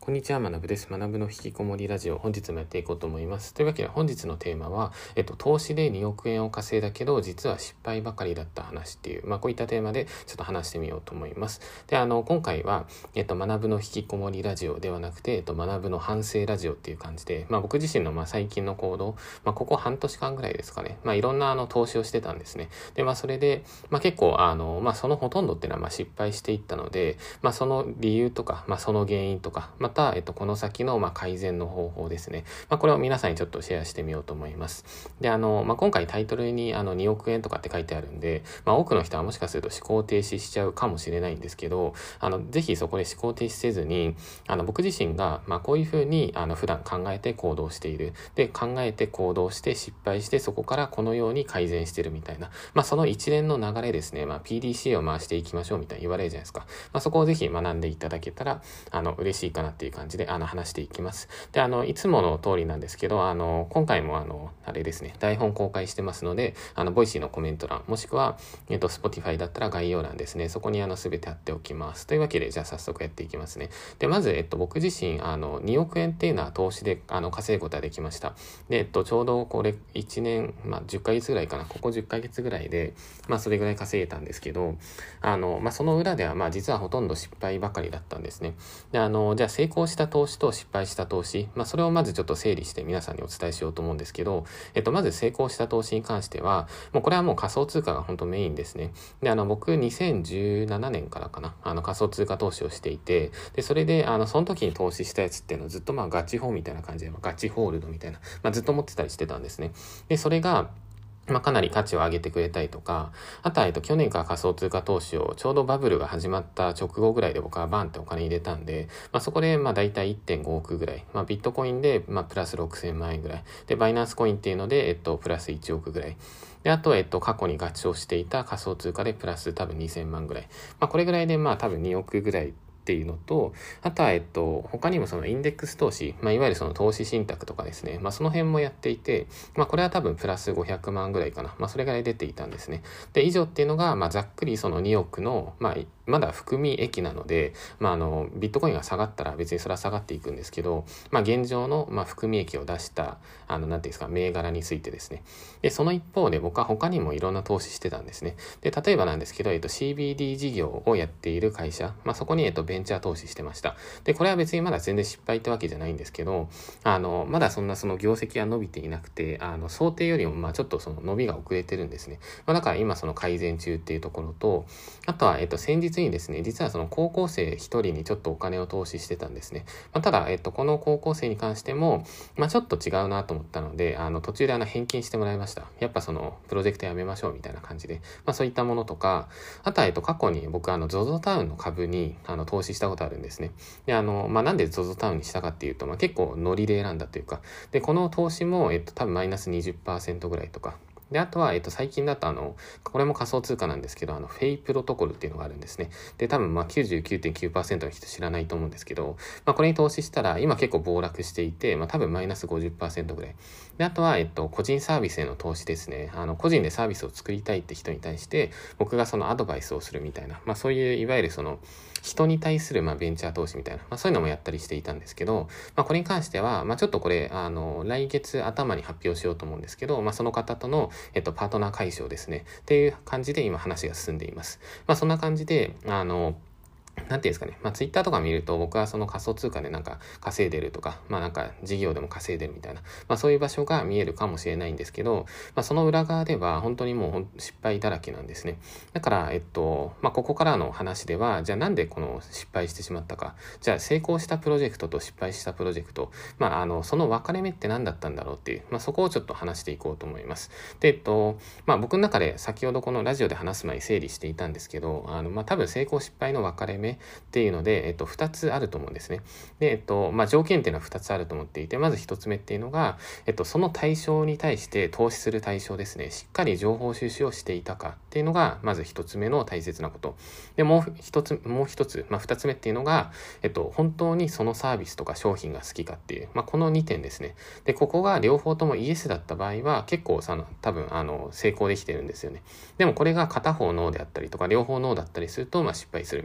こんにちは、学部です。学部の引きこもりラジオ、本日もやっていこうと思います。というわけで本日のテーマは、投資で2億円を稼いだけど、実は失敗ばかりだった話っていう、こういったテーマでちょっと話してみようと思います。で、今回は、学部の引きこもりラジオではなくて、学部の反省ラジオっていう感じで、僕自身の最近の行動、ここ半年間ぐらいですかね、いろんな投資をしてたんですね。で、それで、結構、そのほとんどっていうのは失敗していったので、その理由とか、その原因とか、また、この先の、改善の方法ですね。これを皆さんにちょっとシェアしてみようと思います。で、今回タイトルに2億円とかって書いてあるんで、多くの人はもしかすると思考停止しちゃうかもしれないんですけど、ぜひそこで思考停止せずに、僕自身が、こういうふうに、普段考えて行動している。で、考えて行動して失敗して、そこからこのように改善してるみたいな、その一連の流れですね、PDCA を回していきましょうみたいに言われるじゃないですか。そこをぜひ学んでいただけたら、嬉しいかなっていう感じで、話していきます。で、いつもの通りなんですけど、今回もあれですね、台本公開してますので、ボイシーのコメント欄、もしくは、Spotify だったら概要欄ですね、そこにすべて貼っておきます。というわけで、じゃあ早速やっていきますね。で、まず、僕自身、2億円っていうのは投資で、稼ぐことができました。で、ちょうどこれ、1年、10ヶ月ぐらいかな、ここ10ヶ月ぐらいで、それぐらい稼げたんですけど、その裏では、実はほとんど失敗ばかりだったんですね。で、じゃあ成功した投資と失敗した投資、それをまずちょっと整理して皆さんにお伝えしようと思うんですけど、まず成功した投資に関しては、これはもう仮想通貨が本当メインですね。で、僕2017年からかな、仮想通貨投資をしていて、で、それで、その時に投資したやつっていうのをずっとガチホみたいな感じで、ガチホールドみたいな、ずっと持ってたりしてたんですね。で、それが、かなり価値を上げてくれたりとか、あとは、去年から仮想通貨投資をちょうどバブルが始まった直後ぐらいで僕はバンってお金入れたんで、そこで、だいたい 1.5 億ぐらい、ビットコインで、プラス6000万円ぐらい、で、バイナンスコインっていうので、プラス1億ぐらい。で、あと、過去に合唱していた仮想通貨でプラス多分2000万ぐらい。これぐらいで、多分2億ぐらいっていうのと、あとは、他にもそのインデックス投資、いわゆるその投資信託とかですね、その辺もやっていて、これは多分プラス500万ぐらいかな。それぐらい出ていたんですね。で、以上っていうのが、ざっくりその2億の、まだ含み益なので、ビットコインが下がったら別にそれは下がっていくんですけど、現状の、含み益を出した、なんていうんですか、銘柄についてですね。で、その一方で僕は他にもいろんな投資してたんですね。で、例えばなんですけど、CBD 事業をやっている会社、そこに、ベンチャー投資してました。で、これは別にまだ全然失敗ってわけじゃないんですけど、まだそんなその業績が伸びていなくて、想定よりも、ちょっとその伸びが遅れてるんですね。だから今その改善中っていうところと、あとは、先日にですね、実はその高校生一人にちょっとお金を投資してたんですね。ただ、この高校生に関しても、ちょっと違うなと思ったので、途中で返金してもらいました。やっぱその、プロジェクトやめましょうみたいな感じで、そういったものとか、あとは、過去に僕ZOZO タウンの株に、投資したことあるんですね。で、なんで ZOZO タウンにしたかっていうと、結構ノリで選んだというか、で、この投資も、多分マイナス 20% ぐらいとか、で、あとは、最近だとこれも仮想通貨なんですけど、フェイプロトコルっていうのがあるんですね。で、多分99.9% の人知らないと思うんですけど、これに投資したら、今結構暴落していて、多分マイナス 50% ぐらい。で、あとは、個人サービスへの投資ですね。個人でサービスを作りたいって人に対して、僕がそのアドバイスをするみたいな、そういう、いわゆるその、人に対するベンチャー投資みたいな、そういうのもやったりしていたんですけど、これに関しては、ちょっとこれ、来月頭に発表しようと思うんですけど、その方との、パートナー解消ですね。っていう感じで今話が進んでいます。そんな感じで、なんていうんですかね。ツイッターとか見ると僕はその仮想通貨でなんか稼いでるとか、なんか事業でも稼いでるみたいな、そういう場所が見えるかもしれないんですけど、その裏側では本当にもう失敗だらけなんですね。だから、ここからの話では、じゃあなんでこの失敗してしまったか。じゃあ成功したプロジェクトと失敗したプロジェクト、その分かれ目って何だったんだろうっていう、そこをちょっと話していこうと思います。で、僕の中で先ほどこのラジオで話す前に整理していたんですけど、多分成功失敗の分かれ目っていうので、2つあると思うんですね。で、条件っていうのは2つあると思っていて、まず1つ目っていうのが、その対象に対して投資する対象ですね。しっかり情報収集をしていたかっていうのが、まず1つ目の大切なこと。で、もう一つ、2つ目っていうのが、本当にそのサービスとか商品が好きかっていう、この2点ですね。で、ここが両方ともイエスだった場合は、結構多分、成功できてるんですよね。でもこれが片方ノーであったりとか、両方ノーだったりすると、失敗するみたいな。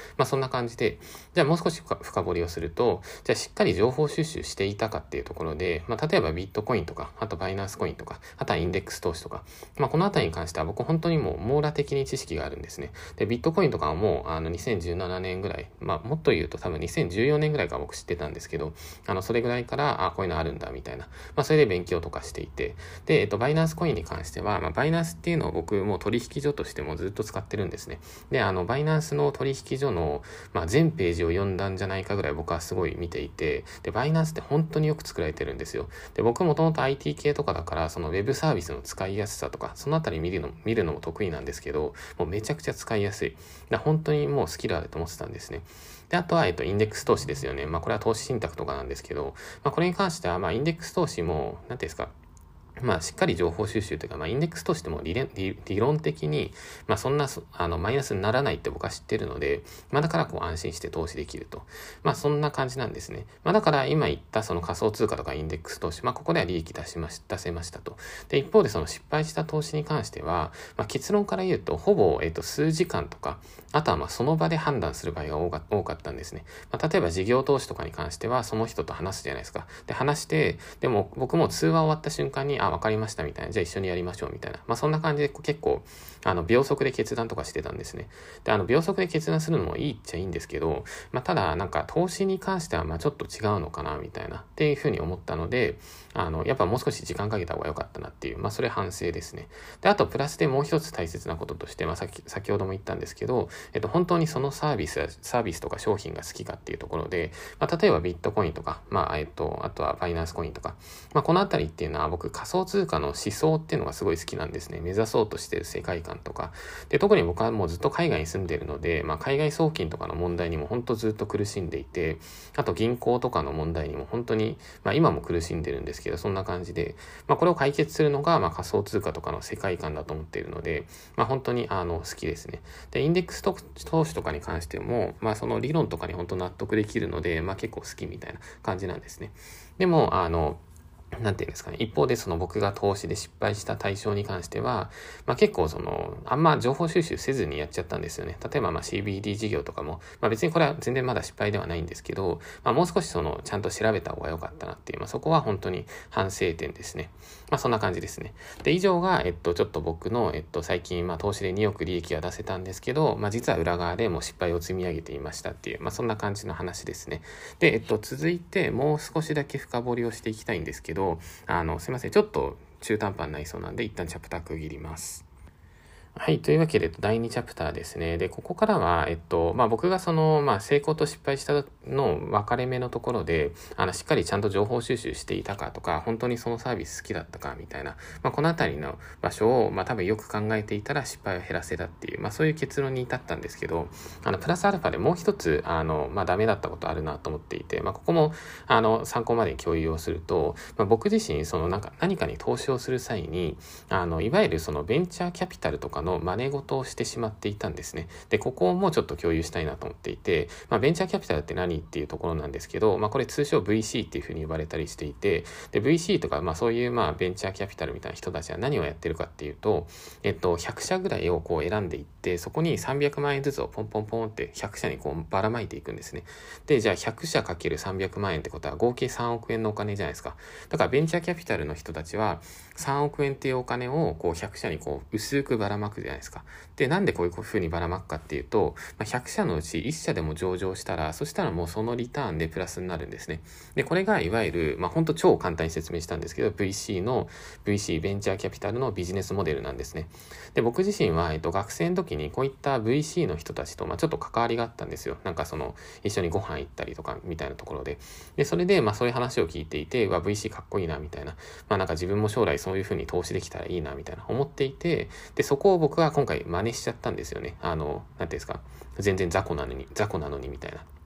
そんな感じで、じゃあもう少し深掘りをすると、じゃあしっかり情報収集していたかっていうところで、例えばビットコインとか、あとバイナンスコインとか、あとはインデックス投資とか、このあたりに関しては僕本当にもう網羅的に知識があるんですね。で、ビットコインとかはもう2017年ぐらい、もっと言うと多分2014年ぐらいから僕知ってたんですけど、それぐらいから、こういうのあるんだみたいな、それで勉強とかしていて、で、バイナンスコインに関しては、バイナンスっていうのを僕もう取引所としてもずっと使ってるんですね。で、バイナンスの取引所の、全ページを読んだんじゃないかぐらい僕はすごい見ていて、で、バイナンスって本当によく作られてるんですよ。で、僕もともと IT 系とかだから、そのウェブサービスの使いやすさとか、そのあたり見るのも得意なんですけど、もうめちゃくちゃ使いやすい。本当にもうスキルあると思ってたんですね。で、あとは、インデックス投資ですよね。これは投資信託とかなんですけど、これに関しては、インデックス投資も、なんていうんですか、しっかり情報収集というか、インデックスとしても理論的に、そんな、マイナスにならないって僕は知ってるので、だからこう安心して投資できると。そんな感じなんですね。だから今言ったその仮想通貨とかインデックス投資、ここでは利益出せましたと。で、一方でその失敗した投資に関しては、結論から言うと、ほぼ、数時間とか、あとはその場で判断する場合が多かったんですね。例えば事業投資とかに関しては、その人と話すじゃないですか。で、話して、でも僕も通話終わった瞬間に、わかりましたみたいな、じゃあ一緒にやりましょうみたいな。そんな感じで結構、秒速で決断とかしてたんですね。で、秒速で決断するのもいいっちゃいいんですけど、ただ、投資に関しては、ちょっと違うのかな、みたいな、っていうふうに思ったので、やっぱもう少し時間かけた方が良かったなっていう、それ反省ですね。で、あと、プラスでもう一つ大切なこととして、先ほども言ったんですけど、本当にそのサービスとか商品が好きかっていうところで、例えばビットコインとか、あとはバイナンスコインとか、このあたりっていうのは僕仮想通貨の思想っていうのがすごい好きなんですね。目指そうとしている世界観とか。で、特に僕はもうずっと海外に住んでいるので、海外送金とかの問題にも本当ずっと苦しんでいて、あと銀行とかの問題にも本当に、今も苦しんでるんですけど、そんな感じで、これを解決するのが、仮想通貨とかの世界観だと思っているので、本当に好きですね。で、インデックス投資とかに関しても、その理論とかに本当納得できるので、結構好きみたいな感じなんですね。でも、なんていうんですかね。一方でその僕が投資で失敗した対象に関しては、結構あんま情報収集せずにやっちゃったんですよね。例えばCBD 事業とかも、別にこれは全然まだ失敗ではないんですけど、もう少しちゃんと調べた方が良かったなっていう、そこは本当に反省点ですね。そんな感じですね。で、以上が、ちょっと僕の、最近、投資で2億利益は出せたんですけど、実は裏側でもう失敗を積み上げていましたっていう、そんな感じの話ですね。で、続いてもう少しだけ深掘りをしていきたいんですけど、すいません。ちょっと中途半端になりそうなんで、一旦チャプター区切ります。はい。というわけで、第2チャプターですね。で、ここからは、僕が成功と失敗したの分かれ目のところで、しっかりちゃんと情報収集していたかとか、本当にそのサービス好きだったかみたいな、このあたりの場所を、多分よく考えていたら失敗を減らせたっていう、そういう結論に至ったんですけど、プラスアルファでもう一つ、ダメだったことあるなと思っていて、ここも、参考までに共有をすると、僕自身、何かに投資をする際に、いわゆるベンチャーキャピタルとかの真似事をしてしまっていたんですね。で、ここもちょっと共有したいなと思っていて、ベンチャーキャピタルって何っていうところなんですけど、これ通称 VC っていうふうに呼ばれたりしていて、で、VC とか、そういうベンチャーキャピタルみたいな人たちは何をやってるかっていうと、100社ぐらいをこう選んでいって、そこに300万円ずつをポンポンポンって100社にこうばらまいていくんですね。で、じゃあ100社かける300万円ってことは合計3億円のお金じゃないですか。だからベンチャーキャピタルの人たちは3億円っていうお金をこう100社にこう薄くばらまくじゃないですか。で、なんでこういう風にばらまくかっていうと、100社のうち1社でも上場したら、そしたらもうそのリターンでプラスになるんですね。で、これがいわゆる、本当超簡単に説明したんですけど、VC ベンチャーキャピタルのビジネスモデルなんですね。で、僕自身は、学生の時にこういった VC の人たちと、ちょっと関わりがあったんですよ。一緒にご飯行ったりとか、みたいなところで。で、それで、そういう話を聞いていて、VC かっこいいな、みたいな。自分も将来そういう風に投資できたらいいな、みたいな思っていて、で、そこを僕は今回真似しちゃったんですよね。なんていうんですか。全然雑魚なのにみたいな。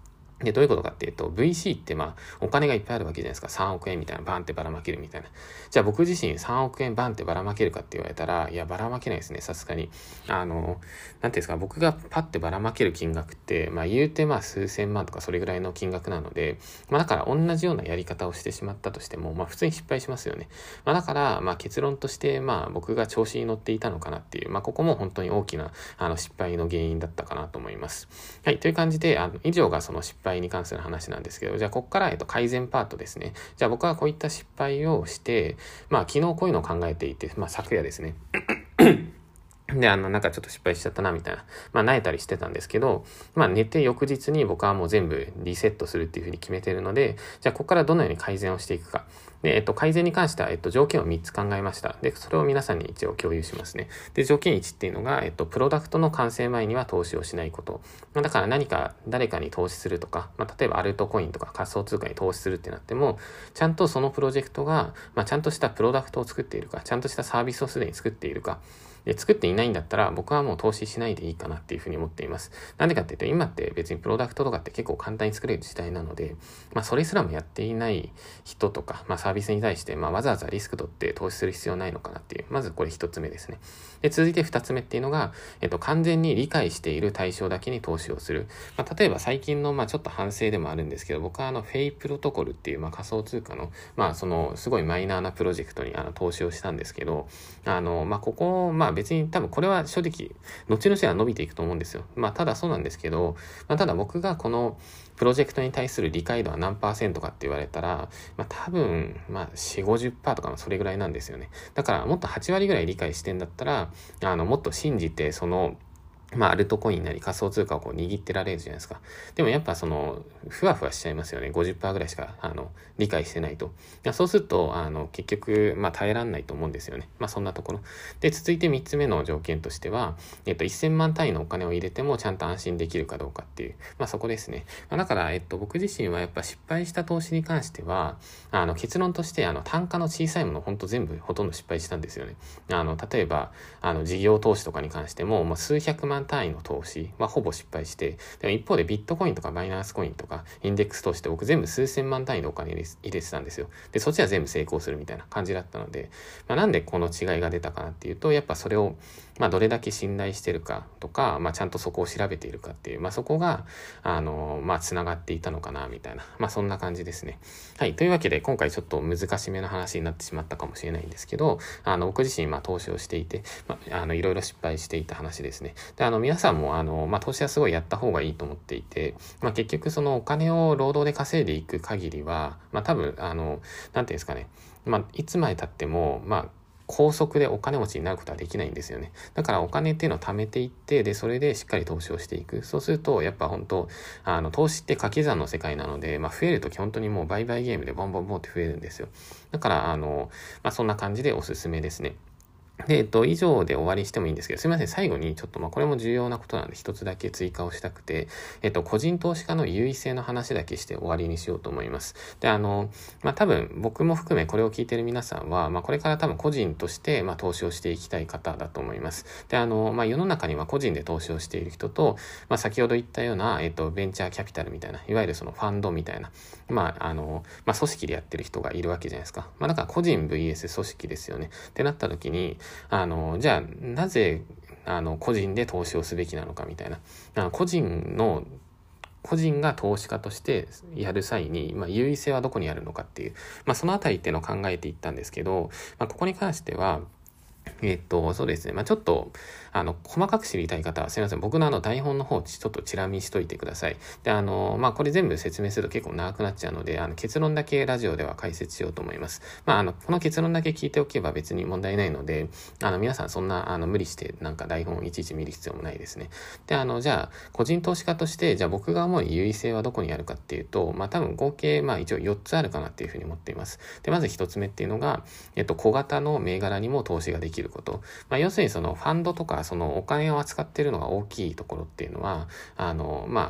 で、どういうことかっていうと、VC ってお金がいっぱいあるわけじゃないですか。3億円みたいなバンってばらまけるみたいな。じゃあ僕自身3億円バンってばらまけるかって言われたら、いや、ばらまけないですね、さすがに。なんていうんですか、僕がパッてばらまける金額って、言うて数千万とかそれぐらいの金額なので、だから同じようなやり方をしてしまったとしても、普通に失敗しますよね。だから、結論として、僕が調子に乗っていたのかなっていう、ここも本当に大きな、失敗の原因だったかなと思います。はい、という感じで、以上がその失敗に関する話なんですけど、じゃあここから、改善パートですね。じゃあ僕はこういった失敗をして、昨日こういうのを考えていて、昨夜ですね。で、なんかちょっと失敗しちゃったな、みたいな。萎えたりしてたんですけど、寝て翌日に僕はもう全部リセットするっていうふうに決めてるので、じゃあここからどのように改善をしていくか。で、改善に関しては、条件を3つ考えました。で、それを皆さんに一応共有しますね。で、条件1っていうのが、プロダクトの完成前には投資をしないこと。だから誰かに投資するとか、例えばアルトコインとか仮想通貨に投資するってなっても、ちゃんとそのプロジェクトが、ちゃんとしたプロダクトを作っているか、ちゃんとしたサービスをすでに作っているか、で、作っていないんだったら僕はもう投資しないでいいかなっていうふうに思っています。なんでかっていうと、今って別にプロダクトとかって結構簡単に作れる時代なので、それすらもやっていない人とか、サービスに対して、わざわざリスク取って投資する必要ないのかなっていう、まずこれ一つ目ですね。で、続いて二つ目っていうのが、完全に理解している対象だけに投資をする。例えば最近の、ちょっと反省でもあるんですけど、僕はフェイプロトコルっていう、仮想通貨の、その、すごいマイナーなプロジェクトに、投資をしたんですけど、ここ、別に多分これは正直、後々は伸びていくと思うんですよ。ただそうなんですけど、ただ僕がこのプロジェクトに対する理解度は何%かって言われたら、多分、4、50%とかそれぐらいなんですよね。だからもっと8割ぐらい理解してんだったら、もっと信じて、アルトコインなり仮想通貨を握ってられるじゃないですか。でもやっぱふわふわしちゃいますよね。50% ぐらいしか、理解してないと。そうすると、結局、耐えらんないと思うんですよね。そんなところ。で、続いて3つ目の条件としては、1000万単位のお金を入れてもちゃんと安心できるかどうかっていう、そこですね。だから、僕自身はやっぱ失敗した投資に関しては、結論として、単価の小さいもの、ほんと全部ほとんど失敗したんですよね。例えば、事業投資とかに関しても、数百万単位の投資はほぼ失敗して、でも一方でビットコインとかバイナンスコインとかインデックス投資って僕全部数千万単位のお金入れてたんですよ。で、そっちは全部成功するみたいな感じだったので、なんでこの違いが出たかなっていうと、やっぱそれを、どれだけ信頼してるかとか、ちゃんとそこを調べているかっていう、そこが、つながっていたのかな、みたいな、そんな感じですね。はい。というわけで、今回ちょっと難しめの話になってしまったかもしれないんですけど、僕自身、投資をしていて、いろいろ失敗していた話ですね。で、皆さんも、投資はすごいやった方がいいと思っていて、結局そのお金を労働で稼いでいく限りは、多分、なんていうんですかね、いつまで経っても、高速でお金持ちになることはできないんですよね。だからお金っていうのを貯めていって、で、それでしっかり投資をしていく。そうすると、やっぱ本当投資って掛け算の世界なので、増えるとき本当にもう売買ゲームでボンボンボンって増えるんですよ。だから、そんな感じでおすすめですね。で、以上で終わりにしてもいいんですけど、すみません。最後にちょっとこれも重要なことなんで一つだけ追加をしたくて、個人投資家の優位性の話だけして終わりにしようと思います。で、多分僕も含めこれを聞いている皆さんは、これから多分個人として、投資をしていきたい方だと思います。で、世の中には個人で投資をしている人と、先ほど言ったような、ベンチャーキャピタルみたいな、いわゆるそのファンドみたいな、組織でやってる人がいるわけじゃないですか。だから個人 VS 組織ですよね。ってなった時に、じゃあ、なぜ、個人で投資をすべきなのかみたいな。個人が投資家としてやる際に、優位性はどこにあるのかっていう、そのあたりっていうのを考えていったんですけど、ここに関しては、そうですね。ちょっと、細かく知りたい方は、すいません。僕の台本の方、ちょっとチラ見しといてください。で、これ全部説明すると結構長くなっちゃうので、結論だけラジオでは解説しようと思います。この結論だけ聞いておけば別に問題ないので、皆さんそんな、無理して、台本をいちいち見る必要もないですね。で、じゃあ、個人投資家として、じゃあ僕が思う優位性はどこにあるかっていうと、多分合計、一応4つあるかなっていうふうに思っています。で、まず1つ目っていうのが、小型の銘柄にも投資ができること。要するにそのファンドとかそのお金を扱っているのが大きいところっていうのは、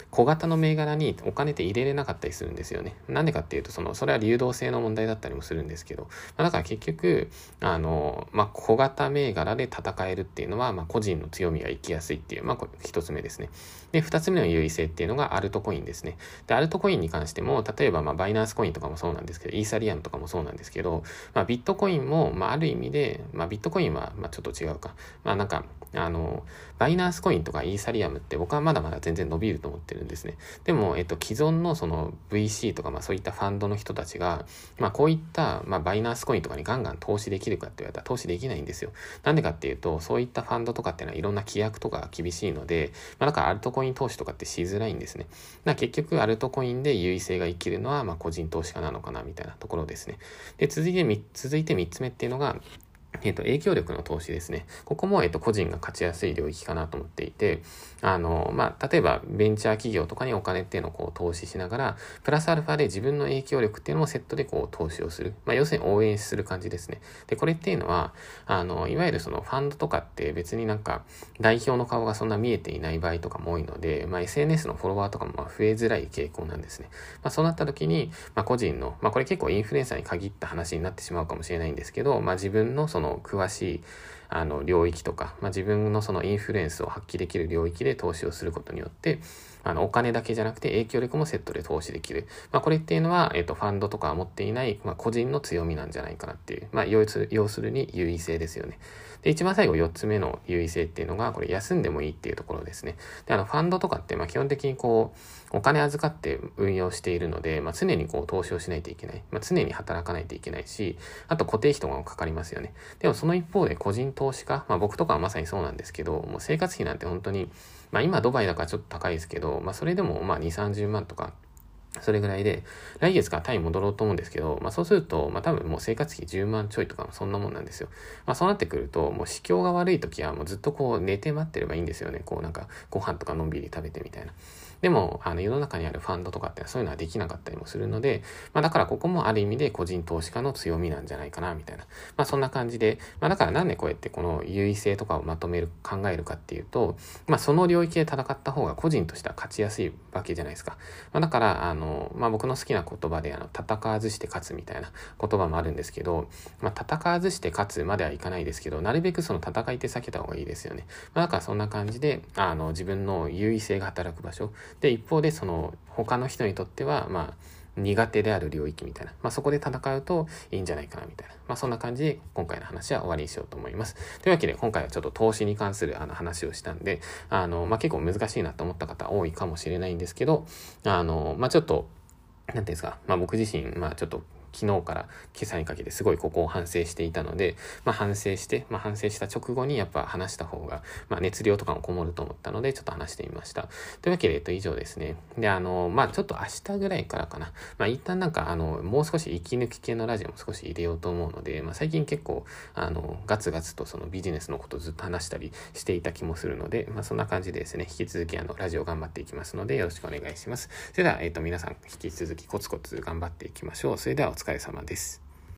小型の銘柄にお金って入れれなかったりするんですよね。なんでかっていうと、それは流動性の問題だったりもするんですけど、だから結局、小型銘柄で戦えるっていうのは、個人の強みが生きやすいっていう、これ一つ目ですね。で、二つ目の優位性っていうのがアルトコインですね。で、アルトコインに関しても、例えば、バイナンスコインとかもそうなんですけど、イーサリアムとかもそうなんですけど、ビットコインも、ある意味で、ビットコインは、ちょっと違うか。バイナンスコインとかイーサリアムって僕はまだまだ全然伸びると思ってるんですね。でも、既存のその VC とか、そういったファンドの人たちが、こういった、バイナンスコインとかにガンガン投資できるかって言われたら投資できないんですよ。なんでかっていうと、そういったファンドとかっていうのはいろんな規約とかが厳しいので、だからアルトコイン投資とかってしづらいんですね。結局アルトコインで優位性が生きるのは、個人投資家なのかなみたいなところですね。で、続いて3つ目っていうのが、影響力の投資ですね。ここも、個人が勝ちやすい領域かなと思っていて、例えば、ベンチャー企業とかにお金っていうのをこう投資しながら、プラスアルファで自分の影響力っていうのもセットでこう投資をする。要するに応援する感じですね。で、これっていうのは、いわゆるそのファンドとかって別に代表の顔がそんな見えていない場合とかも多いので、SNS のフォロワーとかも増えづらい傾向なんですね。そうなった時に、個人の、これ結構インフルエンサーに限った話になってしまうかもしれないんですけど、自分のその詳しい領域とか、自分のそのインフルエンスを発揮できる領域で投資をすることによって、お金だけじゃなくて影響力もセットで投資できる。これっていうのは、ファンドとかは持っていない、個人の強みなんじゃないかなっていう、要するに優位性ですよね。で、一番最後4つ目の優位性っていうのが、これ休んでもいいっていうところですね。で、ファンドとかって、基本的にこう、お金預かって運用しているので、常にこう投資をしないといけない。常に働かないといけないし、あと固定費とかもかかりますよね。でもその一方で個人投資家、僕とかはまさにそうなんですけど、もう生活費なんて本当に、今ドバイだからちょっと高いですけど、それでも2、30万とか、それぐらいで、来月からタイ戻ろうと思うんですけど、そうすると、多分もう生活費10万ちょいとかそんなもんなんですよ。そうなってくると、もう市況が悪い時はもうずっとこう寝て待ってればいいんですよね。こうご飯とかのんびり食べてみたいな。でも、世の中にあるファンドとかってそういうのはできなかったりもするので、だからここもある意味で個人投資家の強みなんじゃないかな、みたいな。そんな感じで、だからなんでこうやってこの優位性とかを考えるかっていうと、その領域で戦った方が個人としては勝ちやすいわけじゃないですか。だから、僕の好きな言葉で、戦わずして勝つみたいな言葉もあるんですけど、戦わずして勝つまではいかないですけど、なるべくその戦いって避けた方がいいですよね。だからそんな感じで、自分の優位性が働く場所。で、一方でその他の人にとっては、苦手である領域みたいな。そこで戦うといいんじゃないかなみたいな。そんな感じで今回の話は終わりにしようと思います。というわけで今回はちょっと投資に関する話をしたんで、結構難しいなと思った方多いかもしれないんですけど、ちょっと、なんていうんですか、僕自身、ちょっと昨日から今朝にかけてすごいここを反省していたので、反省した直後にやっぱ話した方が、熱量とかもこもると思ったので、ちょっと話してみました。というわけで、以上ですね。で、ちょっと明日ぐらいからかな。一旦もう少し息抜き系のラジオも少し入れようと思うので、最近結構、ガツガツとそのビジネスのことをずっと話したりしていた気もするので、そんな感じでですね、引き続きラジオ頑張っていきますので、よろしくお願いします。それでは、皆さん、引き続きコツコツ頑張っていきましょう。それではお疲れ様です。